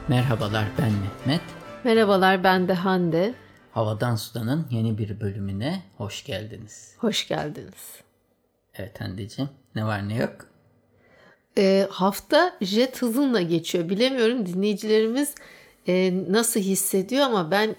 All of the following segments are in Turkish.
Merhabalar, ben Mehmet. Merhabalar, ben de Hande. Havadan Sudan'ın yeni bir bölümüne hoş geldiniz. Hoş geldiniz. Evet Hande'ciğim, ne var ne yok? Hafta jet hızıyla geçiyor. Bilemiyorum dinleyicilerimiz nasıl hissediyor ama ben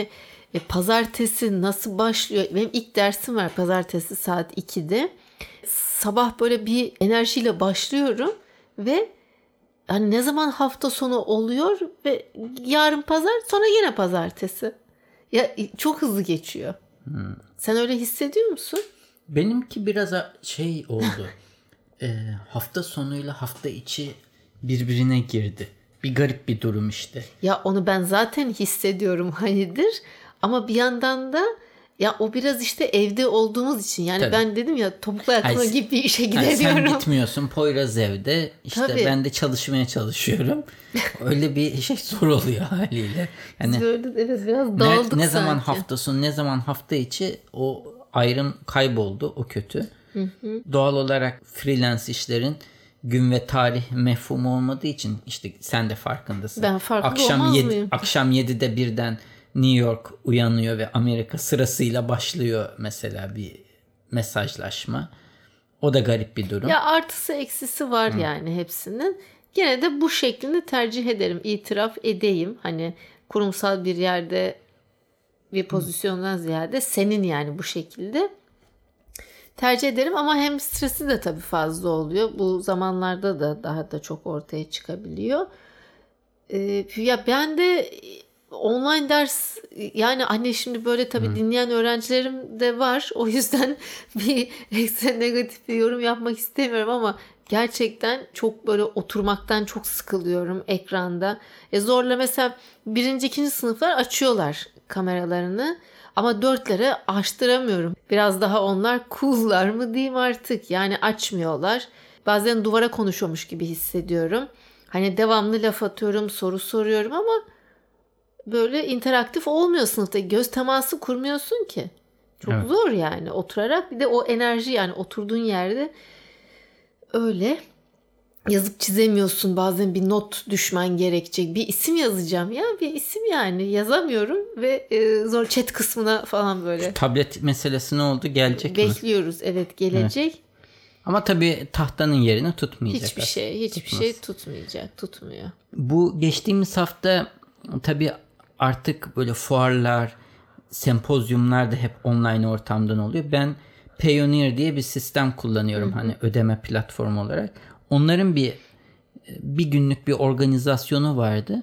pazartesi nasıl başlıyor? Benim ilk dersim var pazartesi saat 2'de. Sabah böyle bir enerjiyle başlıyorum ve hani ne zaman hafta sonu oluyor ve yarın pazar, sonra yine pazartesi. Ya çok hızlı geçiyor. Sen öyle hissediyor musun? Benimki biraz oldu. Hafta sonuyla hafta içi birbirine girdi. Bir garip bir durum işte. Ya onu ben zaten hissediyorum hayırdır. Ama bir yandan da ya o biraz işte evde olduğumuz için. Yani Tabii. Ben dedim ya topuklu ayakkabı gibi bir işe gidemiyorum. Sen gitmiyorsun, Poyraz evde. İşte Tabii. Ben de çalışmaya çalışıyorum. Öyle bir zor oluyor haliyle. Yani Böyle evet biraz dağıldık ne sanki. zaman hafta sonu, ne zaman hafta içi o ayrım kayboldu, o kötü. Doğal olarak freelance işlerin gün ve tarih mefhumu olmadığı için işte sen de farkındasın. Ben farkında olmaz mıyım? Akşam 7'de birden New York uyanıyor ve Amerika sırasıyla başlıyor mesela bir mesajlaşma. O da garip bir durum. Ya artısı eksisi var yani hepsinin. Gene de bu şeklini tercih ederim. İtiraf edeyim. Hani kurumsal bir yerde bir pozisyondan ziyade senin yani bu şekilde tercih ederim ama hem stresi de tabii fazla oluyor. Bu zamanlarda da daha da çok ortaya çıkabiliyor. Ya ben de online ders yani anne şimdi böyle tabii dinleyen öğrencilerim de var. O yüzden bir ekstra negatif bir yorum yapmak istemiyorum ama gerçekten çok böyle oturmaktan çok sıkılıyorum ekranda. Zorla mesela 1. 2. sınıflar açıyorlar kameralarını. Ama 4'lere açtıramıyorum. Biraz daha onlar cool'lar mı diyeyim artık. Yani açmıyorlar. Bazen duvara konuşuyormuş gibi hissediyorum. Hani devamlı laf atıyorum, soru soruyorum ama böyle interaktif olmuyor sınıfta. Göz teması kurmuyorsun ki. Çok zor yani oturarak. Bir de o enerji yani oturduğun yerde öyle yazıp çizemiyorsun. Bazen bir not düşmen gerekecek. Bir isim yazacağım ya. Bir isim yani yazamıyorum ve zor chat kısmına falan böyle. Şu tablet meselesi ne oldu? Gelecek mi? Bekliyoruz. Evet gelecek. Evet. Ama tabii tahtanın yerini tutmayacak. Hiçbir şey tutmayacak. Tutmuyor. Bu geçtiğimiz hafta tabii artık böyle fuarlar, sempozyumlar da hep online ortamdan oluyor. Ben Payoneer diye bir sistem kullanıyorum. Hani ödeme platformu olarak. Onların bir günlük bir organizasyonu vardı.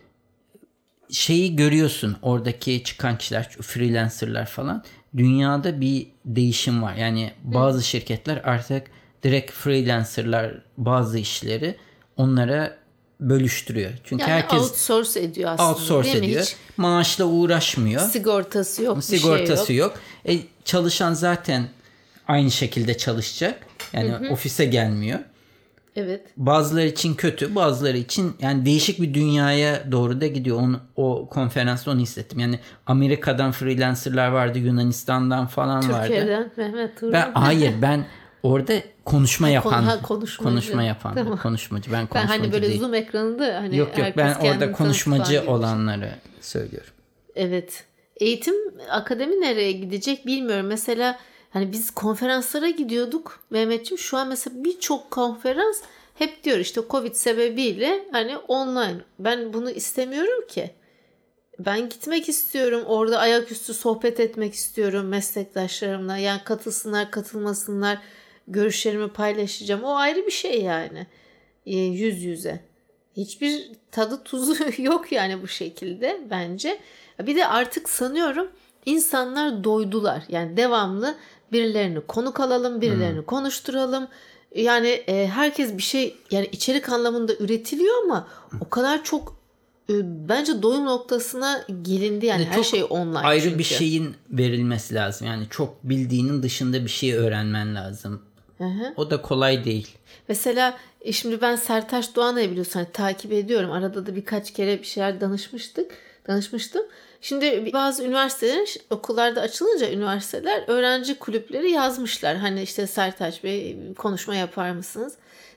Şeyi görüyorsun, oradaki çıkan kişiler, freelancerlar falan. Dünyada bir değişim var. Yani bazı şirketler artık direkt freelancerlar bazı işleri onlara bölüştürüyor. Çünkü yani herkes outsource ediyor aslında. Outsource ediyor. Hiç maaşla uğraşmıyor. sigortası yok. Sigortası bir şey yok. Çalışan zaten aynı şekilde çalışacak. Yani ofise gelmiyor. Evet. Bazıları için kötü, bazıları için yani değişik bir dünyaya doğru da gidiyor. O konferansta onu hissettim. Yani Amerika'dan freelancerlar vardı, Yunanistan'dan falan vardı. Türkiye'den Mehmet Turan. Ben orada konuşma yapan, konuşmacı. Tamam. konuşmacı. Ben Ben konuşmacı hani böyle değil. Zoom ekranında hani Yok ben orada konuşmacı olanları söylüyorum. Evet. Eğitim akademi nereye gidecek bilmiyorum. Mesela hani biz konferanslara gidiyorduk Mehmetciğim. Şu an mesela birçok konferans hep diyor işte Covid sebebiyle hani online. Ben bunu istemiyorum ki. Ben gitmek istiyorum. Orada ayaküstü sohbet etmek istiyorum meslektaşlarımla. Yani katılsınlar, katılmasınlar. Görüşlerimi paylaşacağım. O ayrı bir şey yani. Yüz yüze. Hiçbir tadı tuzu yok yani bu şekilde bence. Bir de artık sanıyorum insanlar doydular. Yani devamlı birilerini konuk alalım, birilerini konuşturalım. Yani herkes bir şey yani içerik anlamında üretiliyor ama o kadar çok bence doyum noktasına gelindi yani her şey online. Ayrı çünkü. Bir şeyin verilmesi lazım. Yani çok bildiğinin dışında bir şey öğrenmen lazım. Hı-hı. O da kolay değil. Mesela şimdi ben Sertaç Doğan'ı biliyorsun hani takip ediyorum. Arada da birkaç kere bir şeyler danışmıştım. Şimdi bazı üniversitelerin okullarda açılınca üniversiteler öğrenci kulüpleri yazmışlar. Hani işte Sertaç Bey konuşma yapar mısınız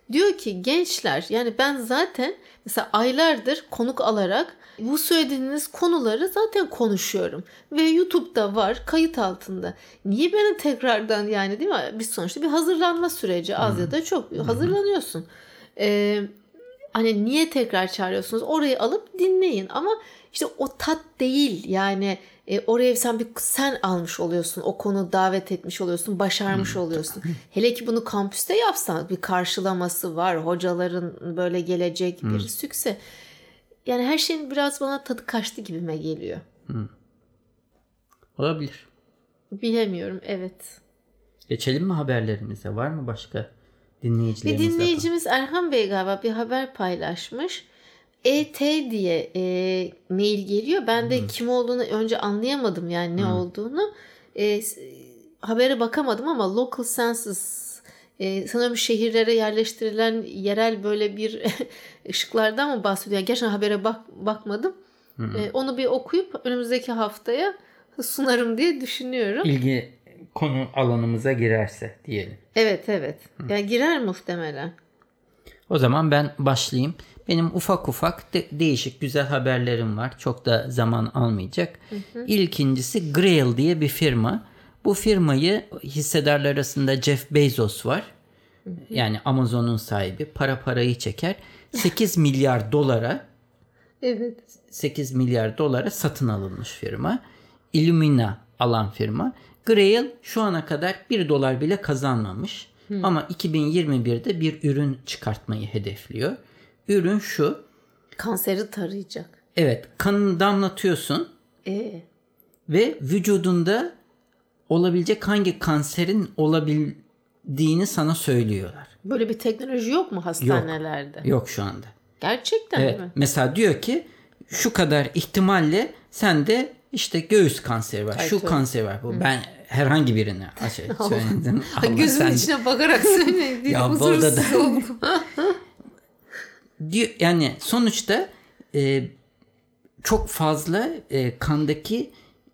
Diyor ki gençler, yani ben zaten mesela aylardır konuk alarak bu söylediğiniz konuları zaten konuşuyorum. Ve YouTube'da var, kayıt altında. Niye beni tekrardan, yani değil mi? Biz sonuçta bir hazırlanma süreci, az ya da çok hazırlanıyorsun. Hani niye tekrar çağırıyorsunuz? Orayı alıp dinleyin. Ama işte o tat değil. Yani oraya sen almış oluyorsun. O konu davet etmiş oluyorsun. Başarmış oluyorsun. Hele ki bunu kampüste yapsan, bir karşılaması var. Hocaların böyle gelecek bir sükse. Yani her şeyin biraz bana tadı kaçtı gibime geliyor. Olabilir. Bilemiyorum, evet. Geçelim mi haberlerimize? Var mı başka dinleyicilerimiz? Bir dinleyicimiz Erhan Bey galiba bir haber paylaşmış. ET diye mail geliyor. Ben de kim olduğunu önce anlayamadım, yani ne olduğunu. Habere bakamadım ama local census, sanırım şehirlere yerleştirilen yerel böyle bir ışıklardan mı bahsediyor? Yani gerçekten habere bakmadım. Onu bir okuyup önümüzdeki haftaya sunarım diye düşünüyorum. İlgi konu alanımıza girerse diyelim. Evet. Yani girer muhtemelen. O zaman ben başlayayım. Benim ufak değişik güzel haberlerim var. Çok da zaman almayacak. İlkincisi Grail diye bir firma. Bu firmayı hissedarlar arasında Jeff Bezos var. Yani Amazon'un sahibi. Parayı çeker. 8 milyar dolara Evet. 8 milyar dolara satın alınmış firma. Illumina alan firma. Grail şu ana kadar 1 dolar bile kazanmamış. Ama 2021'de bir ürün çıkartmayı hedefliyor. Ürün şu. Kanseri tarayacak. Evet, kanını damlatıyorsun. Ve vücudunda olabilecek hangi kanserin olabildiğini sana söylüyorlar. Böyle bir teknoloji yok mu hastanelerde? Yok şu anda. Gerçekten mi? Mesela diyor ki şu kadar ihtimalle sende işte göğüs kanseri var, kanseri var. Bu ben herhangi birini söyledim. Gözümün içine bakarak söyledim. Ya burada da diyor, yani sonuçta çok fazla kandaki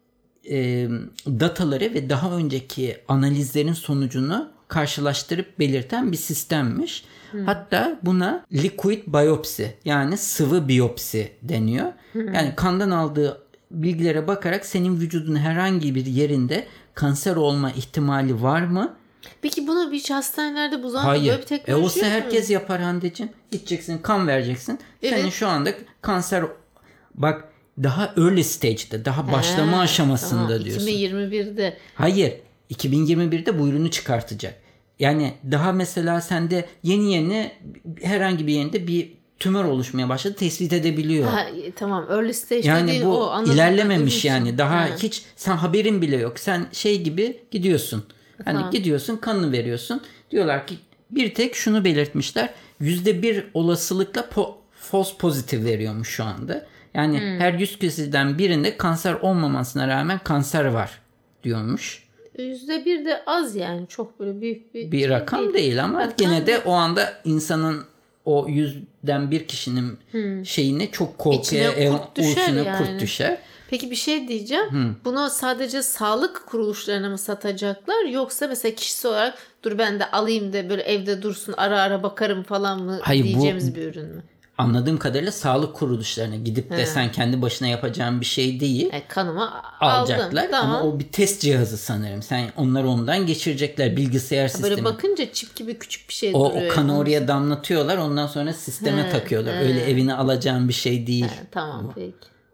dataları ve daha önceki analizlerin sonucunu karşılaştırıp belirten bir sistemmiş. Hatta buna liquid biopsi, yani sıvı biyopsi deniyor. Yani kandan aldığı bilgilere bakarak senin vücudun herhangi bir yerinde kanser olma ihtimali var mı? Peki bunu hiç hastanelerde bu zamanda böyle bir teknoloji yok mu? Olsa herkes yapar Hande'ciğim. Gideceksin, kan vereceksin. Evet. Senin şu anda kanser, bak daha early stage'de, daha başlama aşamasında tamam. Diyorsun. 2021'de. Hayır, 2021'de bu ürünü çıkartacak. Yani daha mesela sende yeni herhangi bir yerinde bir tümör oluşmaya başladı, tespit edebiliyor. Tamam, early stage yani dediğin bu o. İlerlememiş yani. Daha hiç sen haberin bile yok. Sen gibi gidiyorsun. Hani gidiyorsun, kanını veriyorsun. Diyorlar ki bir tek şunu belirtmişler. %1 olasılıkla false pozitif veriyormuş şu anda. Yani her 100 kişiden birinde kanser olmamasına rağmen kanser var diyormuş. %1 de az yani, çok böyle büyük bir rakam değil ama gene de o anda insanın o 100'den bir kişinin şeyine çok korkuya kurt düşer. Peki bir şey diyeceğim. Bunu sadece sağlık kuruluşlarına mı satacaklar, yoksa mesela kişisel olarak dur ben de alayım da böyle evde dursun ara ara bakarım falan mı diyeceğimiz bir ürün mü? Anladığım kadarıyla sağlık kuruluşlarına gidip de sen kendi başına yapacağın bir şey değil. Kanımı alacaklar aldım. Tamam. Ama o bir test cihazı sanırım. Sen onları ondan geçirecekler, bilgisayar sistemi. Böyle bakınca çip gibi küçük bir şey duruyor. O kanı oraya damlatıyorlar, ondan sonra sisteme takıyorlar. Öyle evine alacağın bir şey değil. Tamam peki.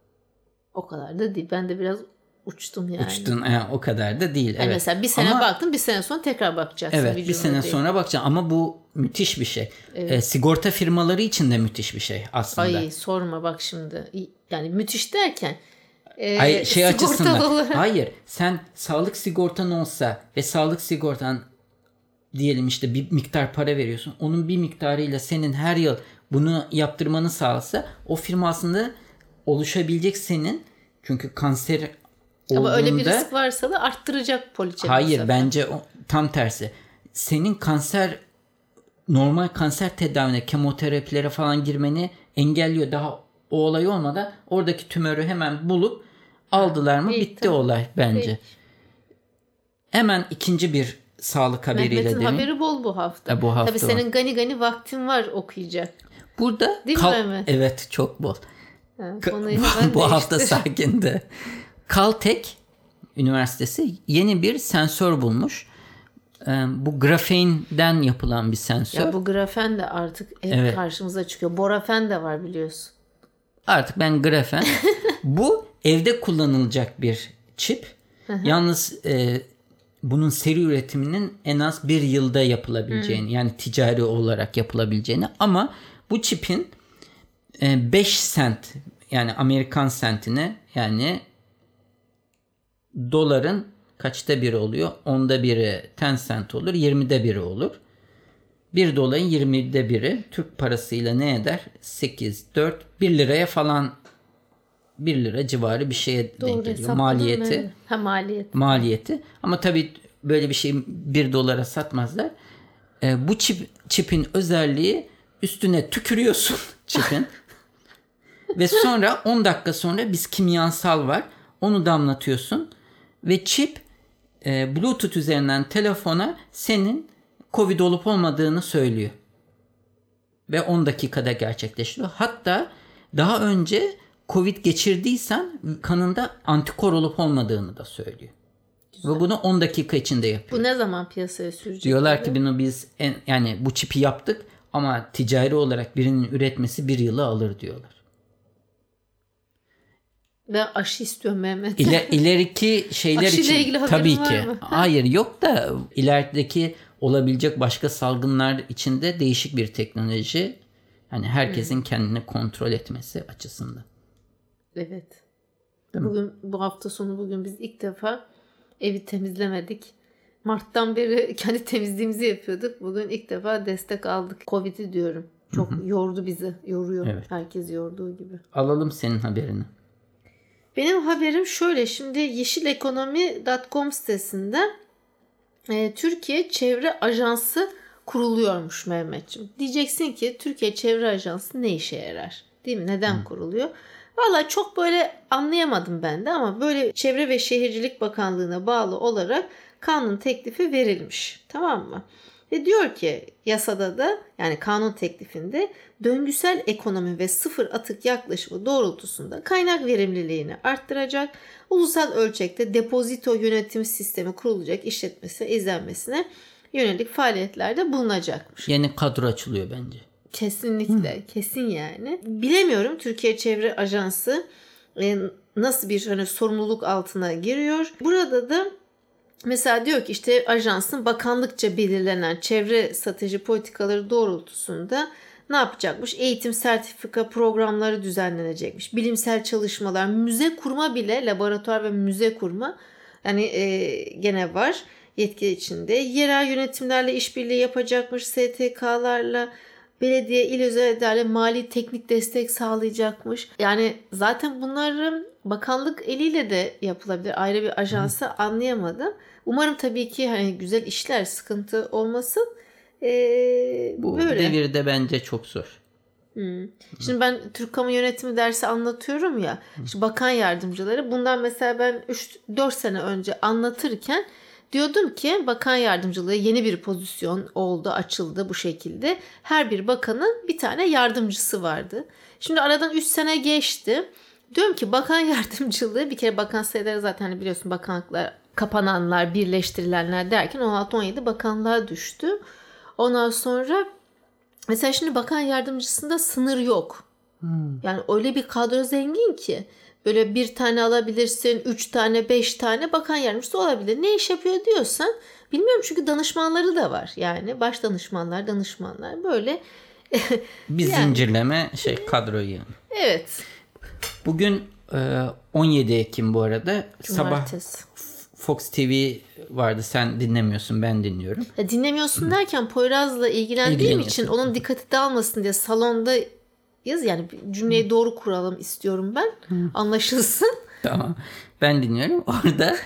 O kadar da değil. Ben de biraz uçtum yani. Uçtun o kadar da değil. Evet. Mesela bir sene baktın, bir sene sonra tekrar bakacaksın. Evet, bir sene sonra bakacaksın ama bu müthiş bir şey. Evet. Sigorta firmaları için de müthiş bir şey aslında. Ay sorma bak şimdi. Yani müthiş derken açısından. Olarak. Hayır, sen sağlık sigortan olsa ve sağlık sigortan diyelim işte bir miktar para veriyorsun. Onun bir miktarıyla senin her yıl bunu yaptırmanı sağlasa o firma aslında oluşabilecek senin, çünkü kanser olduğunda... Ama öyle bir risk varsa da arttıracak poliçeni. Hayır, bence tam tersi. Senin normal kanser tedavine, kemoterapilere falan girmeni engelliyor. Daha o olay olmadan oradaki tümörü hemen bulup aldılar mı bitti olay bence. Peki. Hemen ikinci bir sağlık haberiyle Mehmet'in demin. haberi bol bu hafta. Bu hafta Tabii senin gani vaktin var okuyacak. Burada değil mi Mehmet? Evet, çok bol. Bu hafta sakinde. Caltech Üniversitesi yeni bir sensör bulmuş. Bu grafenden yapılan bir sensör. Ya bu grafen de artık hep karşımıza çıkıyor. Borafen de var biliyorsun. Artık ben grafen. Bu evde kullanılacak bir çip. Yalnız bunun seri üretiminin en az bir yılda yapılabileceğini, yani ticari olarak yapılabileceğini, ama bu çipin 5 sent, yani Amerikan sentine, yani doların kaçta biri oluyor? 10'da biri 10 cent olur, 20'de biri olur. 1 doların 20'de biri Türk parasıyla ne eder? 8, 4, 1 liraya falan, 1 lira civarı bir şeye denk geliyor. Maliyeti. Maliyeti. Ama tabii böyle bir şeyi 1 dolara satmazlar. Bu çipin özelliği, üstüne tükürüyorsun çipin. Ve sonra 10 dakika sonra biz kimyasal var. Onu damlatıyorsun. Ve çip Bluetooth üzerinden telefona senin Covid olup olmadığını söylüyor. Ve 10 dakikada gerçekleşiyor. Hatta daha önce Covid geçirdiysen kanında antikor olup olmadığını da söylüyor. Güzel. Ve bunu 10 dakika içinde yapıyor. Bu ne zaman piyasaya sürecek? Diyorlar ki bunu biz yani bu çipi yaptık ama ticari olarak birinin üretmesi 1 yılı alır diyorlar. Ben aşı istiyorum Mehmet. İleriki şeyler Aşıyla için ilgili tabii haberin ki. var mı? Hayır, yok da ilerideki olabilecek başka salgınlar için de değişik bir teknoloji. Yani herkesin kendini kontrol etmesi açısından. Evet. Bu hafta sonu biz ilk defa evi temizlemedik. Mart'tan beri kendi temizliğimizi yapıyorduk. Bugün ilk defa destek aldık. Covid'i diyorum. Çok yordu bizi. Yoruyor. Evet. Herkes yorduğu gibi. Alalım senin haberini. Benim haberim şöyle. Şimdi yeşilekonomi.com sitesinde Türkiye Çevre Ajansı kuruluyormuş Mehmetciğim. Diyeceksin ki Türkiye Çevre Ajansı ne işe yarar? Değil mi? Neden kuruluyor? Vallahi çok böyle anlayamadım ben de, ama böyle Çevre ve Şehircilik Bakanlığı'na bağlı olarak kanun teklifi verilmiş. Tamam mı? Ve diyor ki yasada da, yani kanun teklifinde, döngüsel ekonomi ve sıfır atık yaklaşımı doğrultusunda kaynak verimliliğini arttıracak, ulusal ölçekte depozito yönetim sistemi kurulacak, işletmesi izlenmesine yönelik faaliyetlerde bulunacakmış. Yeni kadro açılıyor bence. Kesinlikle, kesin yani. Bilemiyorum Türkiye Çevre Ajansı nasıl bir sorumluluk altına giriyor. Burada da mesela diyor ki işte ajansın bakanlıkça belirlenen çevre strateji politikaları doğrultusunda ne yapacakmış? Eğitim, sertifika programları düzenlenecekmiş. Bilimsel çalışmalar, müze kurma bile, laboratuvar ve müze kurma yani gene var yetki içinde. Yerel yönetimlerle işbirliği yapacakmış, STK'larla, belediye, il özelliklerle mali teknik destek sağlayacakmış. Yani zaten bunların bakanlık eliyle de yapılabilir. Ayrı bir ajansı anlayamadım. Umarım tabii ki güzel işler, sıkıntı olmasın. Bu böyle. devirde bence çok zor. Şimdi ben Türk Kamu Yönetimi dersi anlatıyorum ya. İşte bakan yardımcıları. Bundan mesela ben 3-4 sene önce anlatırken diyordum ki bakan yardımcılığı yeni bir pozisyon oldu, açıldı bu şekilde. Her bir bakanın bir tane yardımcısı vardı. Şimdi aradan 3 sene geçti. Diyorum ki bakan yardımcılığı, bir kere bakan sayıları zaten biliyorsun, bakanlıklar kapananlar, birleştirilenler derken 16-17 bakanlığa düştü. Ondan sonra mesela şimdi bakan yardımcısında sınır yok. Yani öyle bir kadro zengin ki böyle bir tane alabilirsin, 3 tane, 5 tane bakan yardımcısı olabilir. Ne iş yapıyor diyorsan bilmiyorum, çünkü danışmanları da var. Yani baş danışmanlar böyle. Bir zincirleme kadroyu yani. Evet. Bugün 17 Ekim bu arada. Cumartesi. Sabah Fox TV vardı. Sen dinlemiyorsun, ben dinliyorum. Ya dinlemiyorsun derken Poyraz'la ilgilendiğim için onun dikkati dağılmasın diye salondayız. Yani cümleyi doğru kuralım istiyorum ben. Anlaşılsın. Tamam. Ben dinliyorum. Orada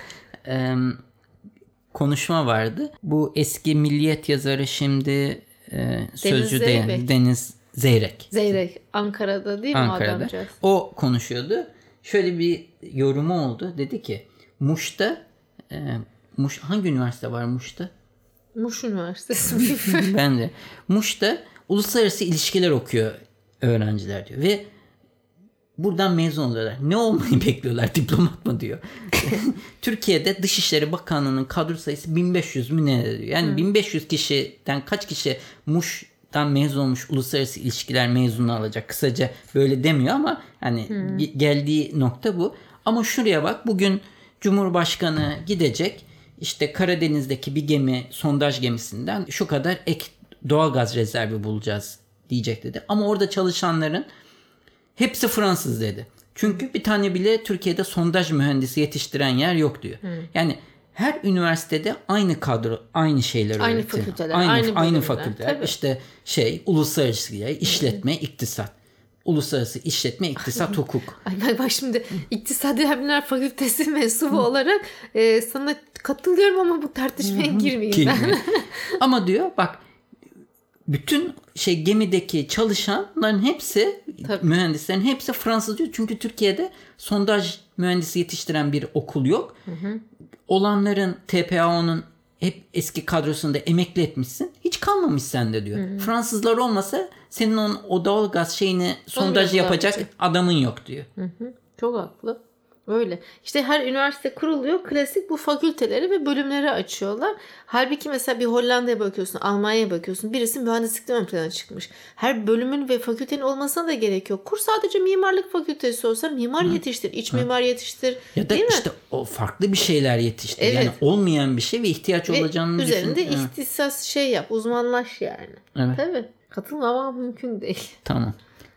konuşma vardı. Bu eski Milliyet yazarı, şimdi Sözcü'de Deniz Zeyrek. Ankara'da değil mi adamcağız? O konuşuyordu. Şöyle bir yorumu oldu. Dedi ki Muş'ta hangi üniversite var Muş'ta? Muş Üniversitesi. Ben de. Muş'ta uluslararası ilişkiler okuyor öğrenciler diyor. Ve buradan mezun oluyorlar. Ne olmayı bekliyorlar? Diplomat mı diyor. Türkiye'de Dışişleri Bakanlığı'nın kadro sayısı 1500 mü ne diyor. Yani 1500 kişiden kaç kişi Muş'tan mezun olmuş uluslararası ilişkiler mezunu alacak? Kısaca böyle demiyor ama hani geldiği nokta bu. Ama şuraya bak, bugün Cumhurbaşkanı gidecek, işte Karadeniz'deki bir gemi, sondaj gemisinden şu kadar ek doğalgaz rezervi bulacağız diyecek dedi. Ama orada çalışanların hepsi Fransız dedi. Çünkü bir tane bile Türkiye'de sondaj mühendisi yetiştiren yer yok diyor. Yani her üniversitede aynı kadro, aynı şeyler öğretiyor. Aynı fakülteler, aynı fakülteler. Tabii. İşte uluslararası işletme, iktisat. Uluslararası işletme, iktisat, hukuk. Ay bak şimdi İktisadi Bilimler Fakültesi mensubu olarak sana katılıyorum ama bu tartışmaya girmeyeyim ben. Ama diyor bak, bütün gemideki çalışanların hepsi, tabii, mühendislerin hepsi Fransız diyor. Çünkü Türkiye'de sondaj mühendisi yetiştiren bir okul yok. Olanların, TPAO'nun hep eski kadrosunda emekli etmişsin. Hiç kalmamış sende diyor. Fransızlar olmasa senin o doğalgaz sondaj yapacak adamın yok diyor. Çok haklı. Öyle. İşte her üniversite kuruluyor. Klasik bu fakülteleri ve bölümleri açıyorlar. Halbuki mesela bir Hollanda'ya bakıyorsun, Almanya'ya bakıyorsun. Birisi mühendislikten ön plana çıkmış. Her bölümün ve fakültenin olmasına da gerek yok. Kur sadece mimarlık fakültesi olsa mimar yetiştir, iç mimar yetiştir. Ya da işte o farklı bir şeyler yetiştir. Evet. Yani olmayan bir şey ve ihtiyaç olacağını düşün. Üzerinde ihtisas yap, uzmanlaş yani. Evet. Tabii. Katılmamak mümkün değil. Tamam.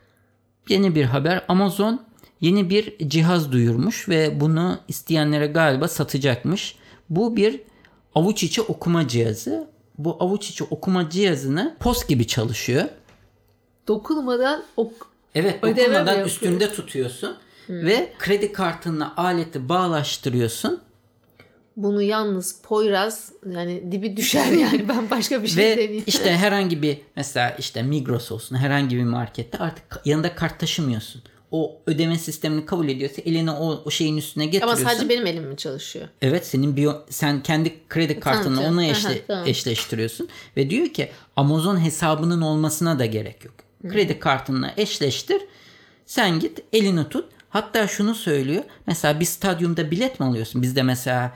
Yeni bir haber. Amazon yeni bir cihaz duyurmuş ve bunu isteyenlere galiba satacakmış. Bu bir avuç içi okuma cihazı. Bu avuç içi okuma cihazını post gibi çalışıyor. Dokunmadan Evet, dokunmadan üstünde tutuyorsun ve kredi kartına aleti bağlaştırıyorsun. Bunu yalnız Poyraz, yani dibi düşer yani, ben başka bir şey demeyeyim. Ve işte herhangi bir, mesela işte Migros olsun, herhangi bir markette artık yanında kart taşımıyorsun. O ödeme sistemini kabul ediyorsa eline o şeyin üstüne getiriyorsun. Ama sadece benim elim mi çalışıyor? Evet, sen kendi kredi kartını ona eşleştiriyorsun ve diyor ki Amazon hesabının olmasına da gerek yok. Kredi kartınla eşleştir. Sen git, elini tut. Hatta şunu söylüyor. Mesela bir stadyumda bilet mi alıyorsun? Bizde mesela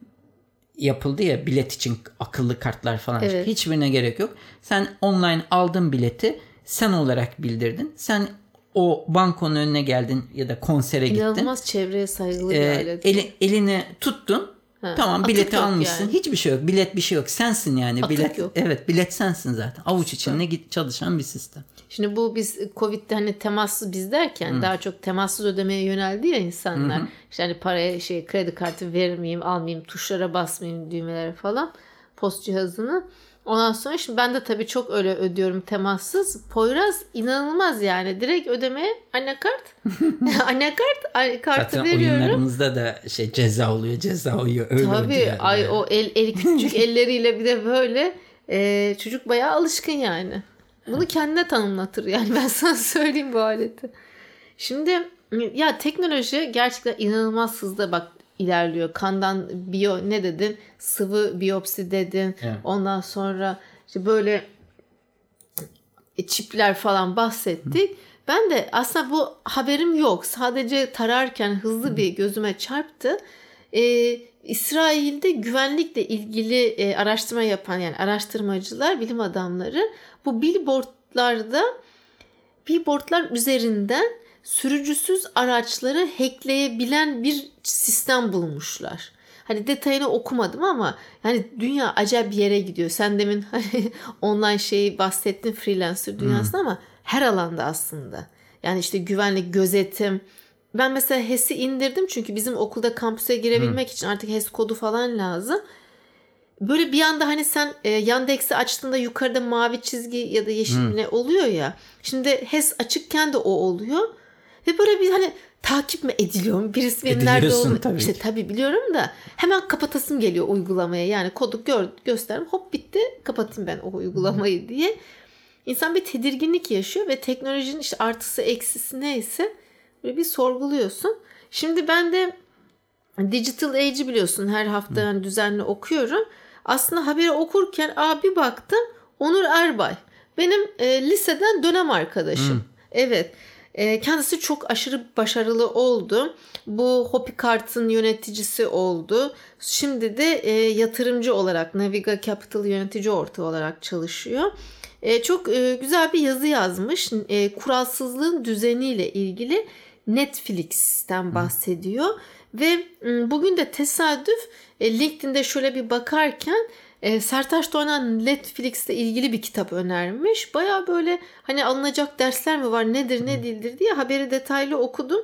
yapıldı ya bilet için akıllı kartlar falan. Evet. Hiçbirine gerek yok. Sen online aldın bileti. Sen olarak bildirdin. Sen o bankonun önüne geldin ya da konsere gittin. İnanılmaz çevreye saygılı bir alet. Elini tuttun. Tamam, bileti almışsın. Yani. Hiçbir şey yok. Bilet bir şey yok. Sensin yani. Bilet yok. Evet, bilet sensin zaten. Avuç içinde çalışan bir sistem. Şimdi bu biz Covid'de hani temassız biz derken daha çok temassız ödemeye yöneldi ya insanlar. İşte hani paraya kredi kartı vermeyeyim, almayayım, tuşlara basmayayım, düğmelere falan, post cihazını. Ondan sonra şimdi ben de tabii çok öyle ödüyorum temassız. Poyraz inanılmaz yani. Direkt ödemeye anakart. Kartı zaten veriyorum. oyunlarımızda da ceza oluyor. Öyle tabii yani. O küçük elleriyle bir de böyle çocuk bayağı alışkın yani. Bunu kendine tanımlatır yani, ben sana söyleyeyim bu aleti. Şimdi ya teknoloji gerçekten inanılmaz hızla ilerliyor. Kandan ne dedin? Sıvı biyopsi dedin. Evet. Ondan sonra işte böyle çipler falan bahsettik. Ben de aslında bu haberim yok. Sadece tararken hızlı bir gözüme çarptı. İsrail'de güvenlikle ilgili araştırma yapan, yani araştırmacılar, bilim adamları bu billboardlar üzerinden sürücüsüz araçları hackleyebilen bir sistem bulmuşlar. Hani detayını okumadım ama yani dünya acayip bir yere gidiyor. Sen demin hani online bahsettin, freelancer dünyasında ama her alanda aslında. Yani işte güvenlik, gözetim. Ben mesela HES'i indirdim çünkü bizim okulda kampüse girebilmek için artık HES kodu falan lazım. Böyle bir anda hani sen Yandex'i açtığında yukarıda mavi çizgi ya da yeşil ne oluyor ya. Şimdi HES açıkken de o oluyor. Ve böyle bir hani takip mi ediliyorum? Birisi benim nerede olduğunu. İşte tabii biliyorum da hemen kapatasım geliyor uygulamaya. Yani kodu gösterdim, hop bitti, kapatayım ben o uygulamayı diye. İnsan bir tedirginlik yaşıyor ve teknolojinin işte artısı eksisi neyse böyle bir sorguluyorsun. Şimdi ben de Digital Age'i biliyorsun, her hafta düzenli okuyorum. aslında haberi okurken bir baktım Onur Erbay. Benim liseden dönem arkadaşım. Evet. Kendisi çok aşırı başarılı oldu. Bu Hopi Kart'ın yöneticisi oldu. Şimdi de yatırımcı olarak Naviga Capital yönetici ortağı olarak çalışıyor. Çok güzel bir yazı yazmış. Kuralsızlığın düzeniyle ilgili Netflix'ten bahsediyor. Ve bugün de tesadüf LinkedIn'de şöyle bir bakarken Sertaç Doğan Netflix'le ilgili bir kitap önermiş. Baya böyle hani alınacak dersler mi var, nedir ne değildir diye haberi detaylı okudum.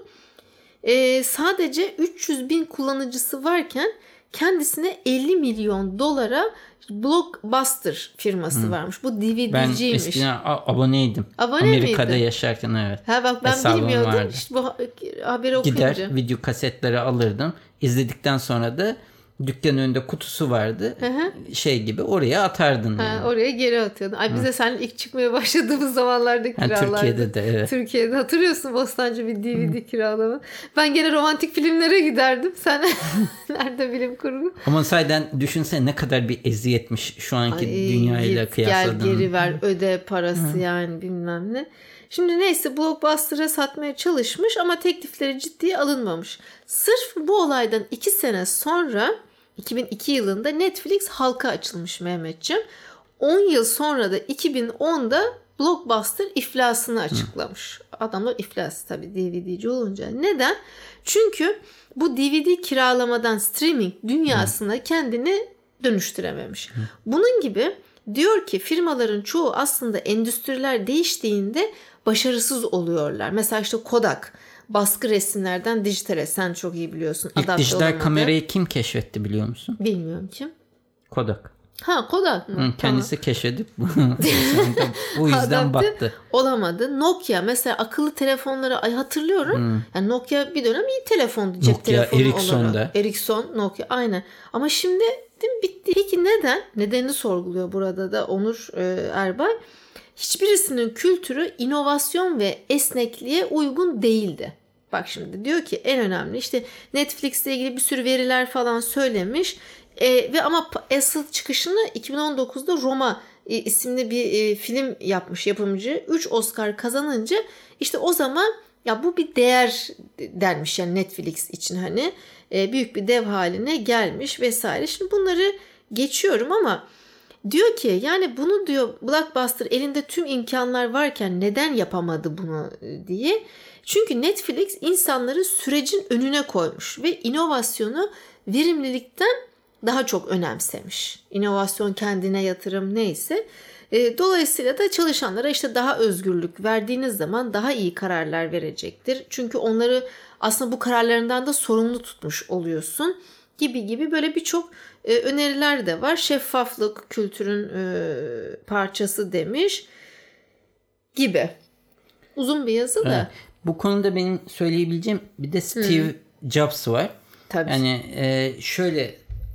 Sadece 300 bin kullanıcısı varken kendisine 50 milyon dolara Blockbuster firması varmış. Bu DVD'ciymiş. Ben eskiden aboneydim. Amerika'da miydin? yaşarken evet. Bak ben hesabım bilmiyordum. vardı. İşte bu haberi okuyunca. Gider video kasetleri alırdım. İzledikten sonra da dükkanın önünde kutusu vardı. Şey gibi oraya atardın. Yani. Oraya geri atıyordun. Ay bize seninle ilk çıkmaya başladığımız zamanlarda kiralardı. Türkiye'de de evet. Türkiye'de hatırlıyorsun Bostancı bir DVD kiralama. Ben gene romantik filmlere giderdim. Sen nerede bilim kurgu? Ama sayeden düşünsene ne kadar bir eziyetmiş şu anki dünyayla kıyasladığın. Gel geri ver öde parası yani bilmem ne. Şimdi neyse Blockbuster'a satmaya çalışmış ama teklifleri ciddiye alınmamış. Sırf bu olaydan 2 sene sonra 2002 yılında Netflix halka açılmış Mehmetciğim. 10 yıl sonra da 2010'da Blockbuster iflasını açıklamış. Adamlar iflas tabii DVD'ci olunca. Neden? Çünkü bu DVD kiralamadan streaming dünyasına kendini dönüştürememiş. Bunun gibi diyor ki firmaların çoğu aslında endüstriler değiştiğinde başarısız oluyorlar. Mesela işte Kodak baskı resimlerden dijitale sen çok iyi biliyorsun. İlk dijital kamerayı kim keşfetti biliyor musun? Bilmiyorum kim. Kodak. Kodak mı? Kendisi keşfedip bu yüzden battı. Olamadı. Nokia mesela akıllı telefonları hatırlıyorum. Yani Nokia bir dönem iyi telefondu. Cep telefonu Ericsson'da. Ericsson, Nokia aynen. Ama şimdi bitti. Peki neden? Nedenini sorguluyor burada da Onur Erbay. Hiçbirisinin kültürü inovasyon ve esnekliğe uygun değildi. Bak şimdi diyor ki en önemli işte Netflix'le ilgili bir sürü veriler falan söylemiş. Ve ama asıl çıkışını 2019'da Roma isimli bir film yapmış yapımcı. 3 Oscar kazanınca işte o zaman ya bu bir değer denmiş yani Netflix için hani büyük bir dev haline gelmiş vesaire. Şimdi bunları geçiyorum ama diyor ki yani bunu diyor Blockbuster elinde tüm imkanlar varken neden yapamadı bunu diye. Çünkü Netflix insanları sürecin önüne koymuş ve inovasyonu verimlilikten daha çok önemsemiş. İnovasyon kendine yatırım neyse. Dolayısıyla da çalışanlara işte daha özgürlük verdiğiniz zaman daha iyi kararlar verecektir. Çünkü onları aslında bu kararlarından da sorumlu tutmuş oluyorsun gibi böyle birçok öneriler de var. Şeffaflık kültürün parçası demiş gibi. Uzun bir yazı da. Evet. Bu konuda benim söyleyebileceğim bir de Steve Jobs var. Tabii. Yani şöyle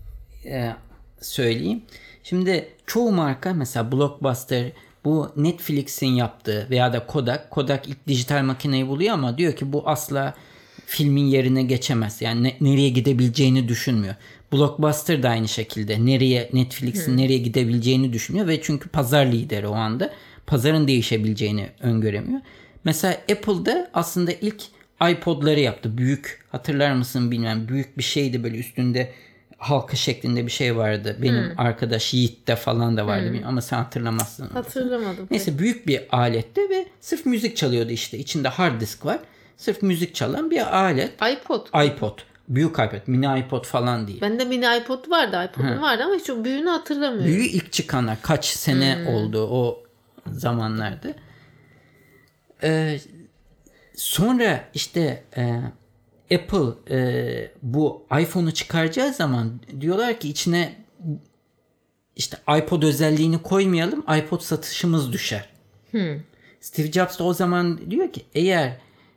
söyleyeyim. Şimdi çoğu marka mesela Blockbuster bu Netflix'in yaptığı veya da Kodak ilk dijital makineyi buluyor ama diyor ki bu asla filmin yerine geçemez. Yani nereye gidebileceğini düşünmüyor. Blockbuster da aynı şekilde Netflix'in nereye gidebileceğini düşünüyor ve çünkü pazar lideri o anda pazarın değişebileceğini öngöremiyor. Mesela Apple'da aslında ilk iPod'ları yaptı. Büyük hatırlar mısın bilmem. Büyük bir şeydi böyle üstünde halka şeklinde bir şey vardı. Benim arkadaş Yiğit'te falan da vardı. Ama sen hatırlamazsın. Hatırlamadım. Neyse büyük bir aletti ve sırf müzik çalıyordu işte. İçinde hard disk var. Sırf müzik çalan bir alet. iPod. Büyük iPod. Mini iPod falan değil. Bende mini iPod vardı. iPod'um vardı ama hiç o büyüğünü hatırlamıyorum. Büyüğü ilk çıkanlar. Kaç sene oldu o zamanlarda. Sonra işte Apple bu iPhone'u çıkaracağı zaman diyorlar ki içine işte iPod özelliğini koymayalım, iPod satışımız düşer. Steve Jobs da o zaman diyor ki eğer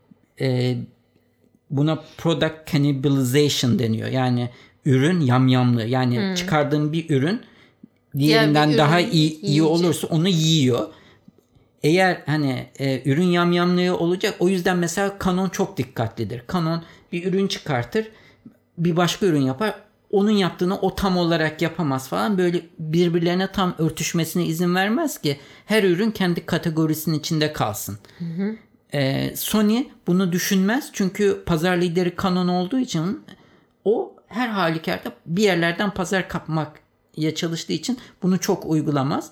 buna product cannibalization deniyor. Yani ürün yamyamlı. Yani çıkardığın bir ürün diğerinden daha iyi olursa onu yiyor. Eğer hani ürün yamyamlığı olacak. O yüzden mesela Canon çok dikkatlidir. Canon bir ürün çıkartır. Bir başka ürün yapar. onun yaptığını o tam olarak yapamaz falan. Böyle birbirlerine tam örtüşmesine izin vermez ki her ürün kendi kategorisinin içinde kalsın. Sony bunu düşünmez çünkü pazar lideri Canon olduğu için o her halükarda bir yerlerden pazar kapmaya çalıştığı için bunu çok uygulamaz.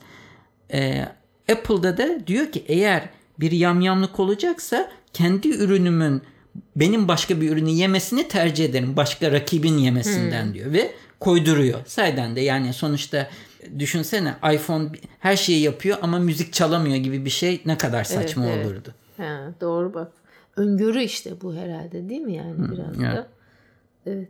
Apple'da da diyor ki eğer bir yamyamlık olacaksa kendi ürünümün benim başka bir ürünü yemesini tercih ederim. Başka rakibin yemesinden diyor ve koyduruyor. Sayeden de yani sonuçta düşünsene iPhone her şeyi yapıyor ama müzik çalamıyor gibi bir şey ne kadar saçma olurdu. Ha, doğru bak. Öngörü işte bu herhalde değil mi yani biraz da. Evet.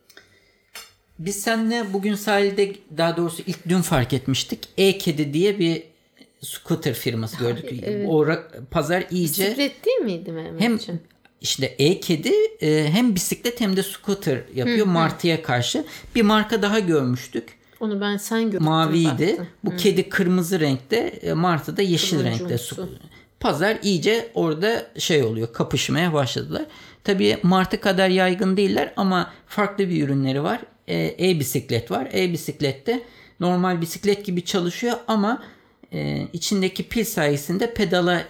Biz seninle bugün sahilde daha doğrusu ilk dün fark etmiştik. E-Kedi diye bir scooter firması gördük. Evet. O pazar iyice bisiklet değil miydi Mehmetciğim? hem işte E-Kedi hem bisiklet hem de scooter yapıyor martıya karşı. Bir marka daha görmüştük. Onu ben sen gördüm. Maviydi. Baktım. Bu kedi kırmızı renkte, martı da yeşil renkte. Pazar iyice orada oluyor. Kapışmaya başladılar. Tabii martı kadar yaygın değiller ama farklı bir ürünleri var. E-bisiklet var. E-bisiklette normal bisiklet gibi çalışıyor ama içindeki pil sayesinde pedala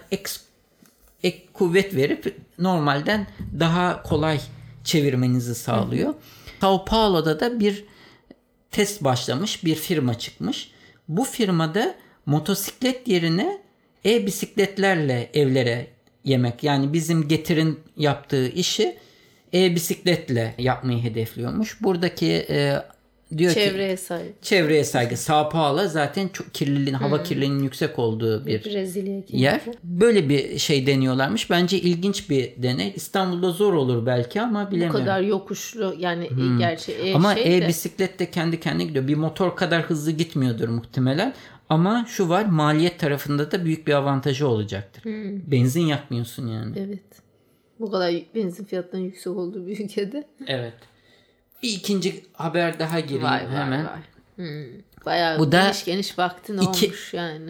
ek kuvvet verip normalden daha kolay çevirmenizi sağlıyor. Sao Paulo'da da bir test başlamış, bir firma çıkmış. Bu firmada motosiklet yerine e-bisikletlerle evlere yemek, yani bizim Getir'in yaptığı işi e-bisikletle yapmayı hedefliyormuş. Buradaki diyor çevreye saygı. Sao Paulo zaten çok hava kirliliğinin yüksek olduğu bir yer. Böyle bir şey deniyorlarmış. Bence ilginç bir deney. İstanbul'da zor olur belki ama bilemiyorum. Bu kadar yokuşlu yani gerçi ama e-bisiklet de kendi kendine gidiyor. Bir motor kadar hızlı gitmiyordur muhtemelen. Ama şu var, maliyet tarafında da büyük bir avantajı olacaktır. Benzin yakmıyorsun yani. Evet. Bu kadar benzin fiyatlarının yüksek olduğu bir ülkede. Evet. Bir ikinci haber daha gireyim hemen. Bayağı bu geniş vaktin olmuş yani.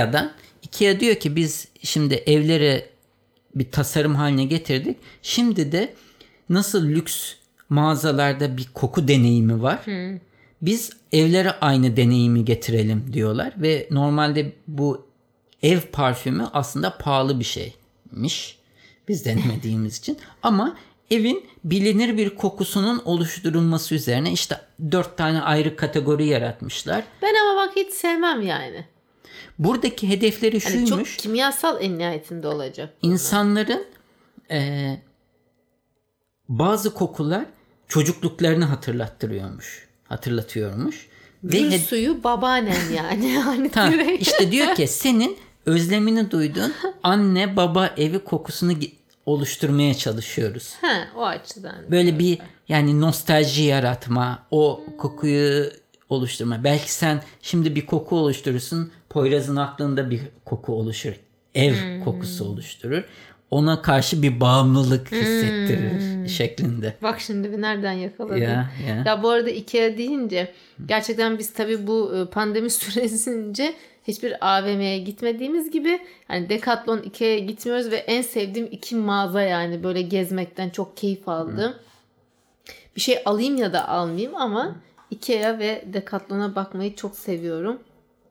IKEA diyor ki biz şimdi evlere bir tasarım haline getirdik. Şimdi de nasıl lüks mağazalarda bir koku deneyimi var. Biz evlere aynı deneyimi getirelim diyorlar ve normalde bu ev parfümü aslında pahalı bir şeymiş. Biz denemediğimiz için ama evin bilinir bir kokusunun oluşturulması üzerine işte 4 tane ayrı kategori yaratmışlar. Ben ama bak hiç sevmem yani. Buradaki hedefleri şuymuş. Çok kimyasal en nihayetinde olacak. İnsanların bazı kokular çocukluklarını hatırlatıyormuş. Gül suyu babaannen yani. İşte diyor ki senin özlemini duyduğun anne baba evi kokusunu oluşturmaya çalışıyoruz. O açıdan. Böyle bir yani nostalji yaratma, o kokuyu oluşturma. Belki sen şimdi bir koku oluşturursun, Poyraz'ın aklında bir koku oluşur. Ev kokusu oluşturur. Ona karşı bir bağımlılık hissettirir şeklinde. Bak şimdi bir nereden yakaladın. Ya bu arada IKEA deyince gerçekten biz tabii bu pandemi süresince hiçbir AVM'ye gitmediğimiz gibi hani Decathlon, IKEA'ya gitmiyoruz ve en sevdiğim 2 mağaza yani böyle gezmekten çok keyif aldım. Bir şey alayım ya da almayayım ama IKEA ve Decathlon'a bakmayı çok seviyorum.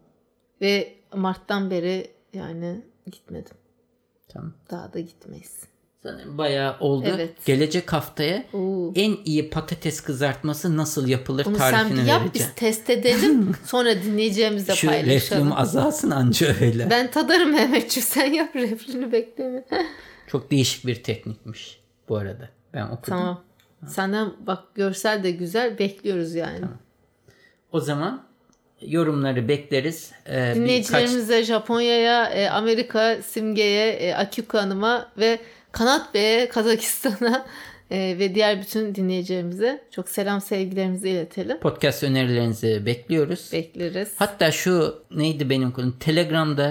Ve Mart'tan beri yani gitmedim. Tamam. Daha da gitmeyiz. Bayağı oldu. Evet. Gelecek haftaya en iyi patates kızartması nasıl yapılır tarifini vereceğim. Bunu sen yap, biz test edelim. Sonra dinleyeceğimizle paylaşalım. Şu reflüm azalsın anca öyle. Ben tadarım Mehmetciğim, sen yap, reflünü bekleme. Çok değişik bir teknikmiş bu arada. Ben okudum. Tamam. Senden bak görsel de güzel, bekliyoruz yani. Tamam. O zaman yorumları bekleriz. Dinleyicilerimize Japonya'ya, Amerika Simge'ye, Akiko Hanım'a ve Kanat Bey'e, Kazakistan'a ve diğer bütün dinleyicilerimize çok selam sevgilerimizi iletelim. Podcast önerilerinizi bekliyoruz. Bekleriz. Hatta şu neydi benim konum? Telegram'da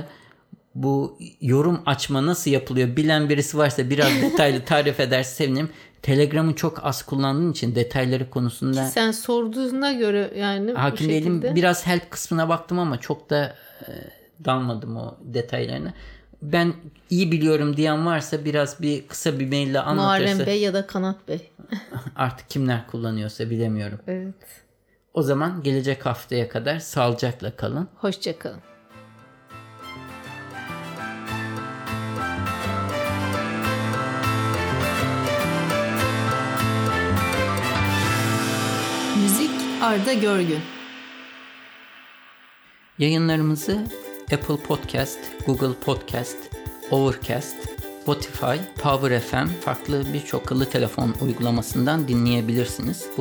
bu yorum açma nasıl yapılıyor bilen birisi varsa biraz detaylı tarif ederse sevinirim. Telegram'ı çok az kullandığım için detayları konusunda. Ki sen sorduğuna göre yani hakim değilim. Biraz help kısmına baktım ama çok da dalmadım o detaylarına. Ben iyi biliyorum diyen varsa biraz kısa bir maille anlatırsa. Muharrem Bey ya da Kanat Bey. Artık kimler kullanıyorsa bilemiyorum. Evet. O zaman gelecek haftaya kadar sağlıcakla kalın. Hoşça kalın. Müzik Arda Görgün. Yayınlarımızı Apple Podcast, Google Podcast, Overcast, Spotify, Power FM farklı birçok akıllı telefon uygulamasından dinleyebilirsiniz. Bu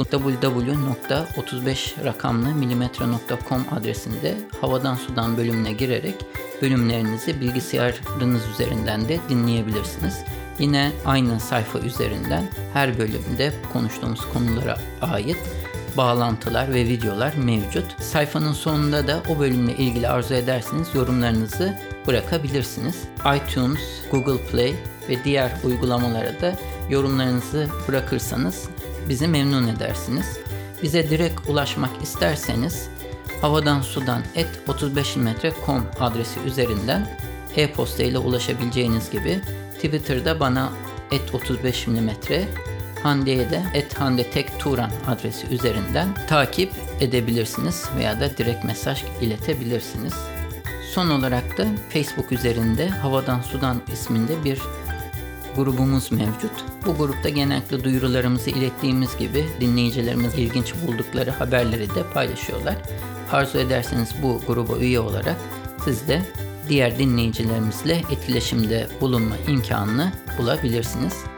www.35rakamlı-mm.com adresinde Havadan Sudan bölümüne girerek bölümlerinizi bilgisayarınız üzerinden de dinleyebilirsiniz. Yine aynı sayfa üzerinden her bölümde konuştuğumuz konulara ait bağlantılar ve videolar mevcut. Sayfanın sonunda da o bölümle ilgili arzu ederseniz yorumlarınızı bırakabilirsiniz. iTunes, Google Play ve diğer uygulamalara da yorumlarınızı bırakırsanız bizi memnun edersiniz. Bize direkt ulaşmak isterseniz havadansudan@35mm.com adresi üzerinden e-posta ile ulaşabileceğiniz gibi Twitter'da bana @35mm, Hande'ye de @handetekturan adresi üzerinden takip edebilirsiniz veya da direkt mesaj iletebilirsiniz. Son olarak da Facebook üzerinde Havadan Sudan isminde bir grubumuz mevcut. Bu grupta genellikle duyurularımızı ilettiğimiz gibi dinleyicilerimiz ilginç buldukları haberleri de paylaşıyorlar. Arzu ederseniz bu gruba üye olarak siz de diğer dinleyicilerimizle etkileşimde bulunma imkanını bulabilirsiniz.